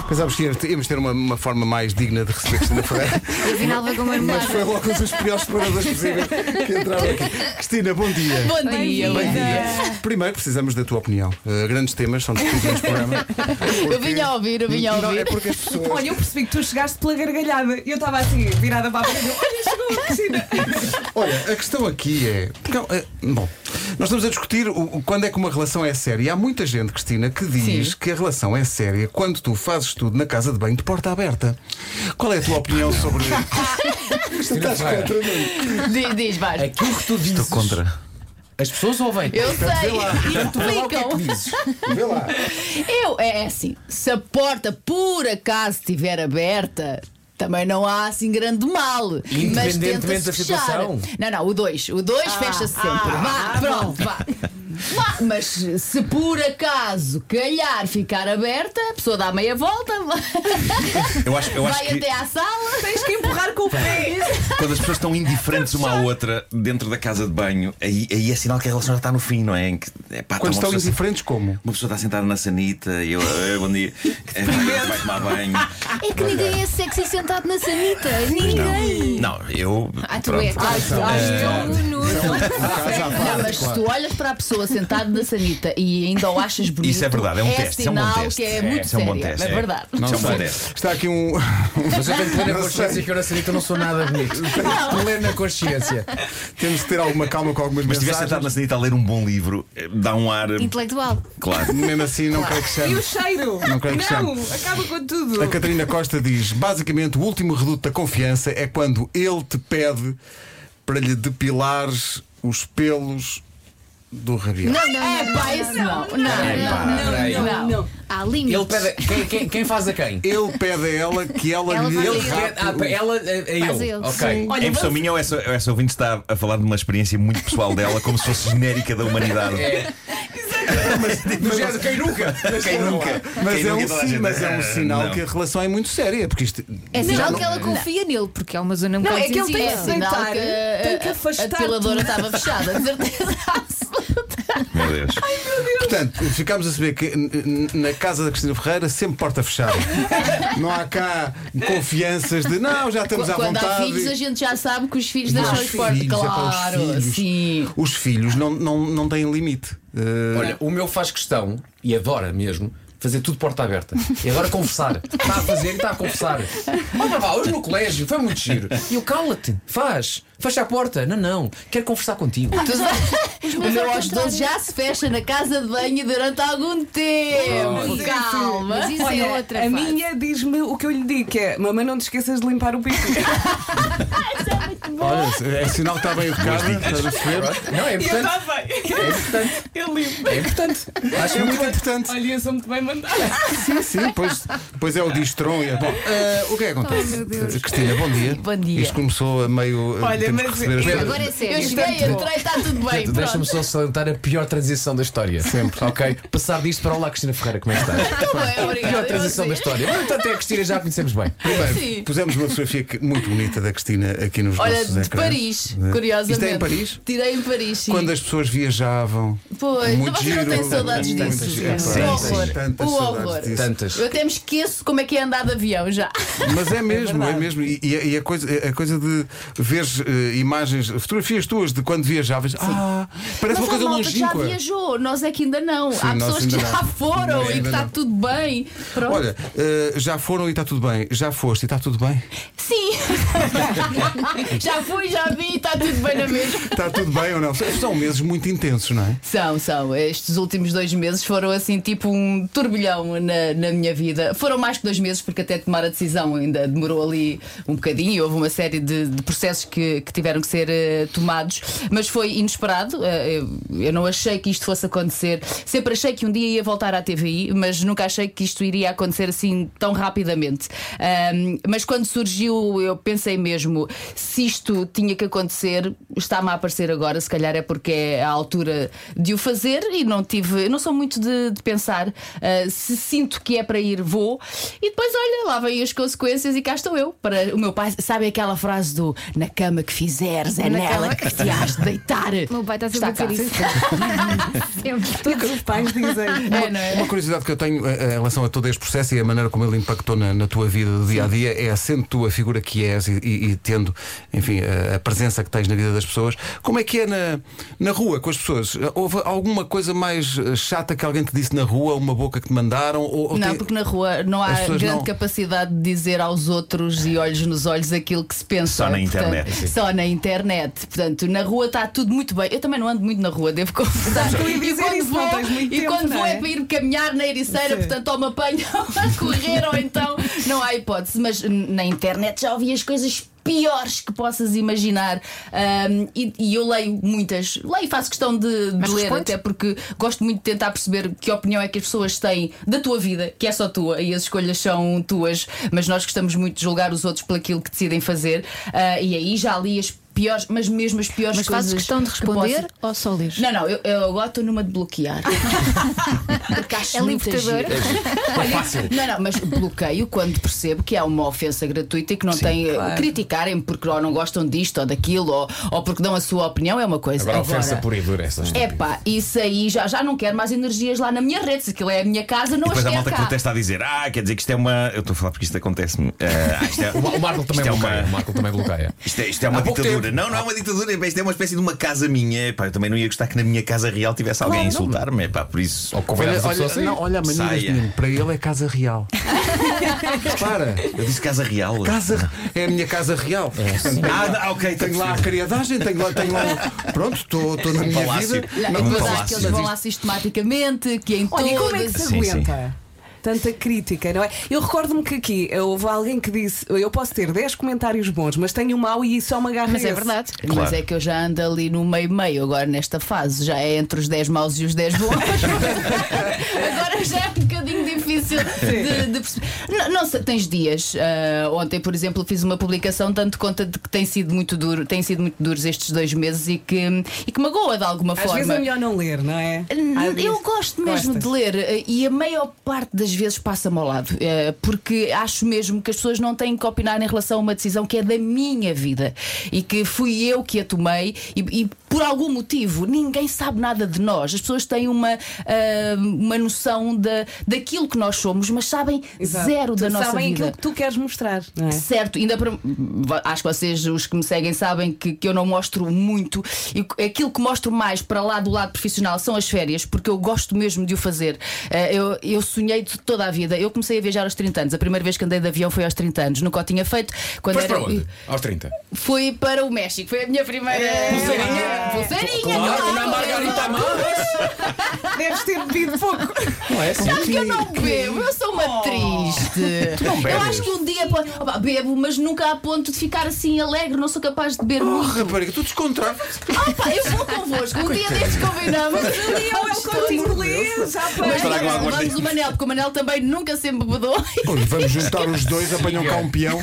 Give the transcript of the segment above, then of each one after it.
Pensávamos que íamos ter uma forma mais digna de receber Cristina Ferreira. Afinal, vai comer Mas foi logo um dos piores separadores possíveis que entraram aqui. Cristina, bom dia. Bom dia. Primeiro precisamos da tua opinião. Grandes temas são discutidos neste programa. Eu vinha a ouvir. Não, é porque as pessoas. Olha, eu percebi que tu chegaste pela gargalhada e eu estava assim, virada para a frente. Olha, chegou a Cristina. Olha, a questão aqui é. Bom, nós estamos a discutir quando é que uma relação é séria. E há muita gente, Cristina, que diz que a relação é séria quando tu fazes tudo na casa de banho de porta aberta. Qual é a tua opinião sobre isso? Estás contra mim? Diz, vais. Aquilo que tu dizes. Estou contra. As pessoas ouvem. Eu sei. Portanto, tu vê lá o que é que Implicam. dizes. Vê lá. É assim, se a porta por acaso estiver aberta, também não há assim grande mal. Mas Independentemente tenta-se da fechar. situação. Não, o 2 fecha-se sempre. Pronto, vá. Mas se por acaso calhar ficar aberta, a pessoa dá meia volta, Eu acho vai que até à sala. Tens que empurrar com o pé. quando as pessoas estão indiferentes uma à outra dentro da casa de banho, aí é sinal que a relação já está no fim, não é? Em que, Quando estão indiferentes, como? Uma pessoa está sentada na sanita e eu, bom dia, vai tomar banho. É que ninguém é sexy sentado na sanita. Ninguém. Não, eu. Tu é. Não, mas se tu olhas para a pessoa sentada na sanita e ainda o achas bonito, Isso é verdade, é um teste, é um bom sinal teste. que é muito Isso é um bom séria, teste, é verdade. Não Isso é um bom sei. teste. Está aqui um. Mas eu tenho plena Não consciência sei. que eu na sanita não sou nada bonito. Plena consciência. Temos de ter alguma calma com algumas Mas se estiver mensagens. sentado na sanita a ler um bom livro, dá um ar. Intelectual. Claro. Mesmo assim, não creio que E chame. o cheiro? Não creio que chame. Acaba com tudo. A Catarina Costa diz: basicamente, o último reduto da confiança é quando ele te pede para lhe depilares os pelos do rabial. Pá, isso não. Não. Há limites. Ele pede. Quem faz a quem? Ele pede a ela que ela Ela lhe faz Ele isso. pede. Ela é Faz ele. ele, Ok. sim. Olha, Em versão minha, ou essa ouvinte está a falar de uma experiência muito pessoal dela, como se fosse genérica da humanidade. Do género, quem nunca? Quem nunca? Mas Quem é nunca um, toda a sim, gente- mas é um sinal Não. que a relação é muito séria. Porque isto. É sinal Não- que ela confia nele, porque é uma zona um Não, bocado é que ele tem sensível. que Sinal deitar, tem que afastar a depiladora tudo. estava fechada, de certeza absoluta. Meu Deus. Portanto, ficámos a saber que na casa da Cristina Ferreira sempre porta fechada. Não há cá confianças de não, já estamos à Quando há vontade. filhos, a gente já sabe que os filhos Não, deixam os os portas. filhos, é para os Claro, filhos. sim. Os filhos não têm limite. Olha, o meu faz questão, e adora mesmo, fazer tudo porta aberta. E agora conversar. Está a fazer e está a conversar. Olha, vá, hoje no colégio foi muito giro. E eu, cala-te, fecha a porta. Não, quero conversar contigo. O meu aos 12 já se fecha na casa de banho durante algum tempo. Calma. Mas isso Olha, é outra a fase. minha diz-me o que eu lhe digo, que é: mamãe, não te esqueças de limpar o pipi. Olha, é sinal que está bem educada. Estás a perceber? Não, é importante. bem. É importante. Eu limpo. É importante. Acho muito importante. Olha, eu sou muito bem mandada. Sim, pois é o distron. Bom, o que é que acontece? meu Deus. Cristina, bom dia. Bom dia. Isto começou a meio. Olha, temos que mas receber as Agora é Eu sério. cheguei, entrei, está tudo bem. Deixa-me Pronto. só salientar a pior transição da história. Sempre. Ok? Passar disto para olá, Cristina Ferreira, como é que está? Tá bem, Pior obrigada. transição da história. No entanto, é a Cristina já a conhecemos bem. Primeiro, Sim. pusemos uma fotografia muito bonita da Cristina aqui nos Olha, nossos de ecrãs. Paris, curiosamente. Isto é em Paris? Tirei em Paris, sim. Quando as pessoas viajavam. Pois, Muito vocês não têm giro. saudades Muitas, disso. é, O pá, horror. tantas O saudades horror. disso. Tantas. Eu até me esqueço como é que é andar de avião já. Mas é mesmo, é mesmo. E a coisa de ver imagens, fotografias tuas de quando viajavas. Parece Mas uma coisa a malta já longínqua. viajou, nós é que ainda não. Sim, Há nós pessoas que ainda já não. foram Nós e que ainda está não. tudo bem. Pronto. Olha, já foram e está tudo bem. Já foste e está tudo bem. Sim. Já fui, já vi, está tudo bem na mesma. Está tudo bem ou não? São meses muito intensos, não é? São. Estes últimos 2 meses foram assim tipo um turbilhão na minha vida. Foram mais que 2 meses, porque até tomar a decisão ainda demorou ali um bocadinho. Houve uma série de processos que tiveram que ser tomados, mas foi inesperado. Eu não achei que isto fosse acontecer. Sempre achei que um dia ia voltar à TVI, mas nunca achei que isto iria acontecer assim tão rapidamente. Mas quando surgiu, eu pensei mesmo: se isto tinha que acontecer, está-me a aparecer agora. Se calhar é porque é a altura de o fazer e não sou muito de pensar. Se sinto que é para ir, vou. E depois, olha, lá vêm as consequências e cá estou eu. Para o meu pai, sabe aquela frase do na cama que fizeres, é nela que te has de deitar. Meu pai está sempre a dizer isso. Todos os pais dizem. Não é? Uma curiosidade que eu tenho em relação a todo este processo e a maneira como ele impactou na tua vida do dia a dia é, sendo tu a figura que és e tendo, enfim, a presença que tens na vida das pessoas, como é que é na rua com as pessoas? Houve alguma coisa mais chata que alguém te disse na rua, uma boca que te mandaram? Não, porque na rua não há grande capacidade de dizer aos outros e olhos nos olhos aquilo que se pensa. Só na internet. Só na internet. Portanto, na rua está tudo muito bem. Eu também não ando muito na rua, devo confessar. E quando vou é para ir caminhar na Ericeira, portanto, ou me apanham a correr ou então não há hipótese. Mas na internet já ouvi as coisas piores que possas imaginar. E eu leio muitas. Leio e faço questão de ler, até porque gosto muito de tentar perceber que opinião é que as pessoas têm da tua vida, que é só tua e as escolhas são tuas, mas nós gostamos muito de julgar os outros por aquilo que decidem fazer. E aí já li as piores, mas mesmo as piores mas coisas. fazes questão de responder ou só lês? Não, eu agora estou numa de bloquear. Porque acho É libertador. Não, mas bloqueio quando percebo que há uma ofensa gratuita e que não tem. Criticarem porque ou não gostam disto ou daquilo ou porque dão a sua opinião é uma coisa. Agora ofensa pura e dura, essas. Isso aí já não quero mais energias lá na minha rede. Se aquilo é a minha casa, não as depois quero a malta que cá. protesta a dizer: quer dizer que isto é uma. Eu estou a falar porque isto acontece-me. O Marco também bloqueia. O Marco também bloqueia. Isto é uma ditadura. Não é uma ditadura. Isto é uma espécie de uma casa minha. Eu também não ia gostar que na minha casa real tivesse alguém a insultar-me. Por isso. Ou convidamos a pessoa a sair. Olha a mania deste menino. Para ele é casa real. Repara. Eu disse casa real. É a minha casa real. Ok. Tenho lá a criadagem, tenho lá. Pronto, estou na minha palácio. vida. E depois há aqueles que vão lá sistematicamente, que em Olha, e como é que todas. se aguenta? Tanta crítica, não é? Eu recordo-me que aqui houve alguém que disse: eu posso ter 10 comentários bons, mas tenho um mau e só me agarra Mas esse. é verdade. Claro. Mas é que eu já ando ali no meio agora nesta fase. Já é entre os 10 maus e os 10 bons. Agora já é um bocadinho difícil de perceber. Não sei, tens dias. Ontem, por exemplo, fiz uma publicação dando conta de que tem sido muito duros estes 2 meses e que magoa de alguma Às forma. vezes é melhor não ler, não é? Eu gosto mesmo Gostas? de ler e a maior parte das vezes passa-me ao lado, porque acho mesmo que as pessoas não têm que opinar em relação a uma decisão que é da minha vida e que fui eu que a tomei e por algum motivo ninguém sabe nada de nós. As pessoas têm uma noção daquilo que nós somos, mas sabem zero da nossa sabem vida. aquilo que tu queres mostrar, não é? Certo, acho que vocês, os que me seguem, sabem que eu não mostro muito. E aquilo que mostro mais para lá do lado profissional são as férias, porque eu gosto mesmo de o fazer. Eu sonhei de toda a vida. Eu comecei a viajar aos 30 anos. A primeira vez que andei de avião foi aos 30 anos. Nunca o tinha feito. Mas para onde? Aos 30. Fui para o México. Foi a minha primeira pulseirinha. Na Margarita Deves ter bebido pouco. Não é assim? Sabe que eu não bebo, eu sou uma triste. Eu acho que um dia bebo, mas nunca a ponto de ficar assim alegre. Não sou capaz de beber muito. Rapariga, tu descontraste. Eu vou convosco. Um dia destes combinamos. É o corte inglês, já Vamos o Manel, porque o Manel também nunca sempre bebedou. Vamos juntar os dois, apanham cá um peão.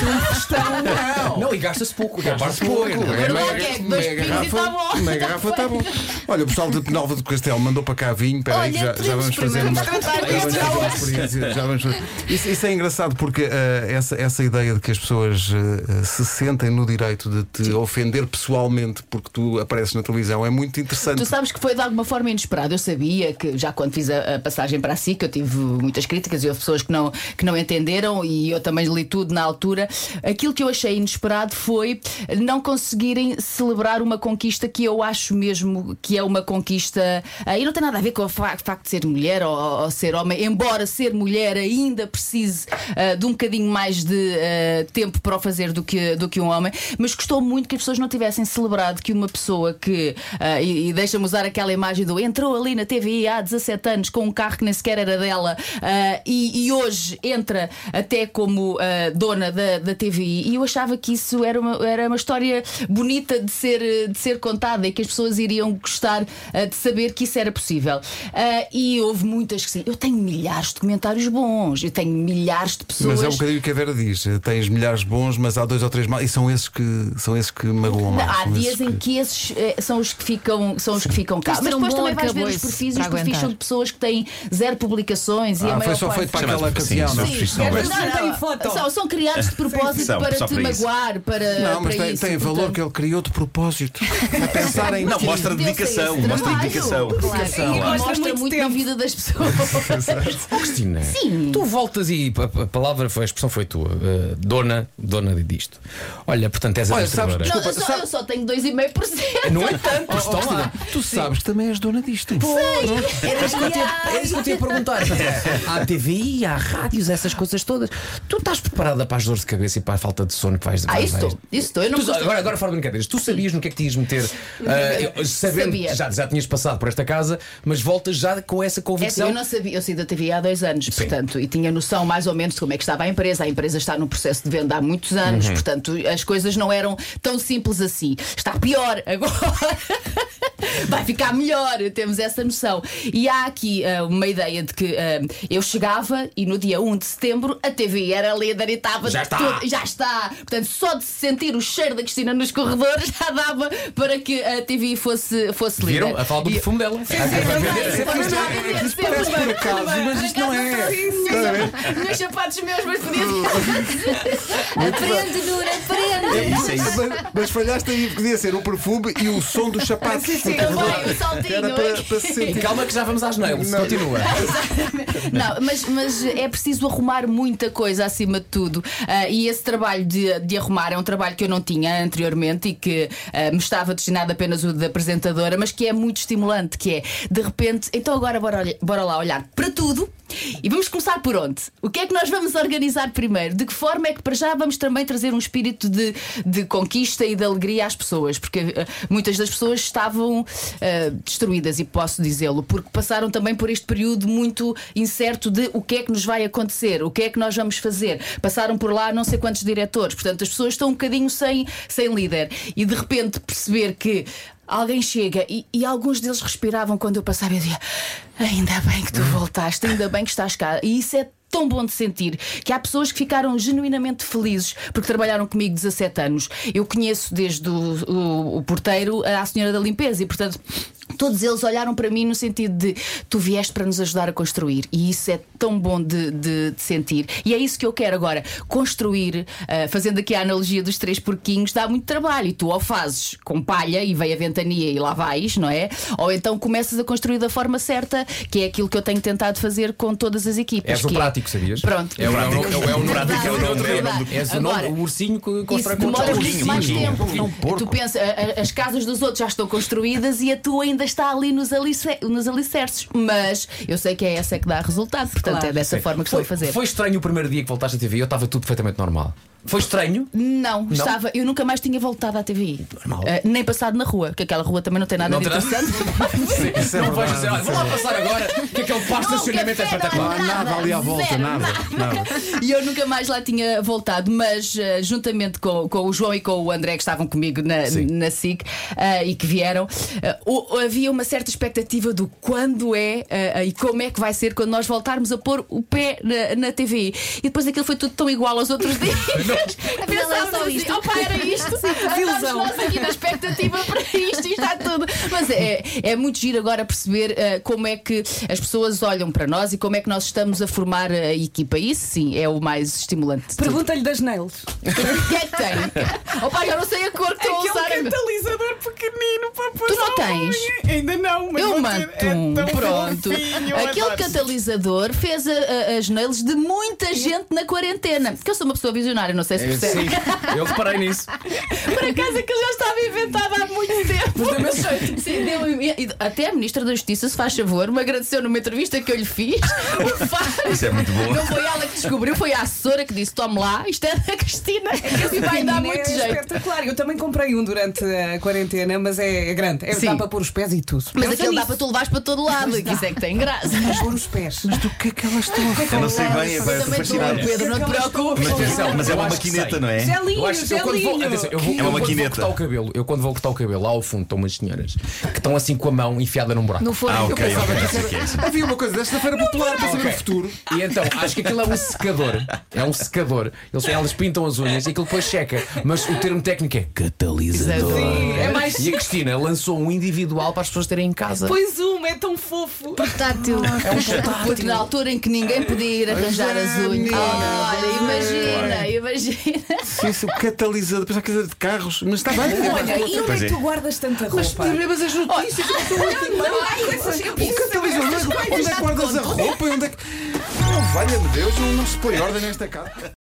Não, e gasta-se pouco. Gasta-se pouco. pouco. A verdade é que 2 pingos e está bom. Meia garrafa está bom. Olha, o pessoal de Penalva do Castelo mandou para cá vinho. Espera aí, que já vamos fazer uma experiência. Já vamos fazer. Isso é engraçado porque essa ideia de que as pessoas se sentem no direito de te ofender pessoalmente porque tu apareces na televisão é muito interessante. Tu sabes que foi de alguma forma inesperado. Eu sabia que já quando fiz a passagem para a SIC eu tive muitas críticas e houve pessoas que não entenderam e eu também li tudo na altura. Aquilo que eu achei inesperado foi não conseguirem celebrar uma conquista que eu acho mesmo que é uma conquista e não tem nada a ver com o facto de ser mulher ou ser homem, embora ser mulher ainda precise de um bocadinho mais de tempo para o fazer do que um homem, mas gostou muito que as pessoas não tivessem celebrado que uma pessoa que e deixa-me usar aquela imagem do entrou ali na TVI há 17 anos com um carro que nem sequer era dela e hoje entra até como dona da TVI, e eu achava que isso era uma história bonita de ser contada e que as pessoas iriam gostar de saber que isso era possível. E houve muitas que sim. Eu tenho milhares de comentários bons, eu tenho milhares de pessoas. Mas é um bocadinho o que a Vera diz: tens milhares de bons, mas há 2 ou 3 maus, e são esses que magoam mais. Há dias em que esses são os que são os que ficam cá. Mas Mas depois um bom também vais ver os arcabouço perfis, e para os perfis aguentar. são de pessoas que têm 0 publicações e a Foi maior só parte. feito para Chama-se- aquela ocasião, sim, não? são perfis que são Não, abertos. não tem foto. São criados de propósito São, para só te para isso. magoar, para. Não, mas para tem, isso, tem valor portanto. que ele criou de propósito. A pensar em Não, ti. mostra Deu-se dedicação. esse Mostra trabalho. dedicação. Claro. E E mostra mostra muito muito tempo. a vida das pessoas. Oh, Cristina, Sim. tu voltas e a palavra foi, a expressão foi tua, dona disto. Olha, portanto, és Olha, sabes, administradora. desculpa, Não, eu só tenho 2,5%. Não é tanto, estão lá. Tu sabes que também és dona disto. Era isso que eu te ia perguntar. Há TV, há rádios, essas coisas todas. Tu estás preparada para as dores de cabeça e para a falta de sono que vais Isso estou. Eu não Tu, gosto- agora fora de brincadeiras, tu sabias no que é que te ias meter, sabendo Sabia. que já tinhas passado por esta casa, mas voltas já com essa É assim, convicção. eu não sabia, eu saí da TV há 2 anos, portanto, e tinha noção mais ou menos de como é que estava a empresa. A empresa está num processo de venda há muitos anos, portanto, as coisas não eram tão simples assim. Está pior agora. Vai ficar melhor, temos essa noção. E há aqui uma ideia de que eu chegava e no dia 1 de setembro a TV era líder e estava Já está. tudo- já está. Portanto, só de se sentir o cheiro da Cristina nos corredores já dava para que a TV fosse líder. Viram? A falar do perfume dela. Isto parece por acaso, mas isto não é. Meus sapatos meus, mas podia Aprende, Dura, aprende. É isso, é isso. Mas falhaste aí, podia ser o perfume e o som dos sapatos. também, o saltinho. Era para se E sentir. calma que já vamos às nails. Continua. Não, mas é preciso arrumar muita coisa acima de tudo. E esse trabalho de arrumar é um trabalho que eu não tinha anteriormente e que me estava destinado apenas o de apresentadora, mas que é muito estimulante, que é de repente, então agora bora lá olhar para tudo. E vamos começar por onde? O que é que nós vamos organizar primeiro? De que forma é que para já vamos também trazer um espírito de conquista e de alegria às pessoas? Porque muitas das pessoas estavam destruídas, e posso dizê-lo, porque passaram também por este período muito incerto de o que é que nos vai acontecer, o que é que nós vamos fazer. Passaram por lá não sei quantos diretores, portanto as pessoas estão um bocadinho sem líder. E de repente perceber que alguém chega e alguns deles respiravam quando eu passava e eu dizia: ainda bem que tu voltaste, ainda bem que estás cá. E isso é tão bom de sentir, que há pessoas que ficaram genuinamente felizes porque trabalharam comigo 17 anos. Eu conheço desde o porteiro à senhora da limpeza e, portanto, todos eles olharam para mim no sentido de: tu vieste para nos ajudar a construir. E isso é tão bom de sentir. E é isso que eu quero agora. Construir, fazendo aqui a analogia dos 3 porquinhos, dá muito trabalho. E tu ou fazes com palha e veio a ventania e lá vais, não é? Ou então começas a construir da forma certa, que é aquilo que eu tenho tentado fazer com todas as equipas. És o que é- prático, sabias? Pronto. É o nome prático, é o nome És o Agora, nome, o ursinho que constrói Isso com demora o muito mais tempo. Tu pensa, as casas dos outros já estão construídas e a tua ainda está ali nos alicerces. Mas eu sei que é essa que dá resultado. Portanto, Claro. é dessa forma que estou a fazer. Foi estranho o primeiro dia que voltaste à TV. Eu estava tudo perfeitamente normal. Foi estranho? Não, estava. Eu nunca mais tinha voltado à TVI. Normal. Nem passado na rua, que aquela rua também não tem nada Não de tem nada. interessante. Não vais dizer, olha, vou lá passar agora que aquele pasto de estacionamento é café, espetacular. Não há nada ali à volta, zero, nada. E eu nunca mais lá tinha voltado, mas juntamente com o João e com o André, que estavam comigo na SIC e que vieram, havia uma certa expectativa do quando e como é que vai ser quando nós voltarmos a pôr o pé na TV. E depois aquilo foi tudo tão igual aos outros dias. Afinal, é só isto. Opa, era isto. Estamos nós aqui na expectativa para isto e está tudo. Mas é muito giro agora perceber como é que as pessoas olham para nós e como é que nós estamos a formar a equipa. Isso sim é o mais estimulante de tudo. Pergunta-lhe das nails. O que é que tem? Opa, já não sei a cor que estou a usar. catalisador pequenino para pôr. Tu não tens? Ainda não, mas Eu vou mando ter. um. É tão Pronto. fofinho, Aquele adoro. catalisador fez as nails de muita gente na quarentena. Porque eu sou uma pessoa visionária, não sei se percebe. Sim, eu reparei nisso. Por acaso aquilo já estava inventado há muito tempo. Mas deu-me esse jeito. Sim, até a Ministra da Justiça, se faz favor, me agradeceu numa entrevista que eu lhe fiz. O facto. Isso é muito bom. Não foi ela que descobriu, foi a assessora que disse: tome lá, isto é da Cristina. E vai dar muito É jeito. espetacular. Eu também comprei um durante a quarentena, mas é grande. Sim. Dá para pôr os pés e tudo. Mas Pensa aquilo dá nisso. para tu levares para todo lado. Que isso é que tem graça. Mas pôr os pés. Mas do que é que elas estão a Eu não sei bem, Eu agora estou também estou, fascinado. Pedro, não te preocupes. Mas atenção, Mas é eu uma acho que maquineta, sei. não é? Gelinho, Eu acho que eu quando vou, gelinho. atenção, eu É uma quando vou maquineta. cortar o cabelo, lá ao fundo estão umas senhoras que estão assim com a mão enfiada num buraco. No forno. Ah, ok, pensava ok, que já sei o que é isso. Havia uma coisa desta Feira Popular para saber Ok. o futuro. E então, acho que aquilo é um secador. É um secador. Elas pintam as unhas e aquilo depois checa. Mas o termo técnico é catalisador. Sim, é mais E a Cristina lançou um individual para as pessoas terem em casa. Pois é tão fofo. Portátil. Porque na altura em que ninguém podia ir arranjar as unhas. menina, Olha, imagina. Sim, o catalisador, pensava que era de carros, mas está bem. Olha, e onde é Pois que é. tu guardas tanta roupa? Mas as notícias. O catalisador, onde é que guardas a roupa? Onde é que. Oh, valha-me Deus, não se põe ordem nesta casa.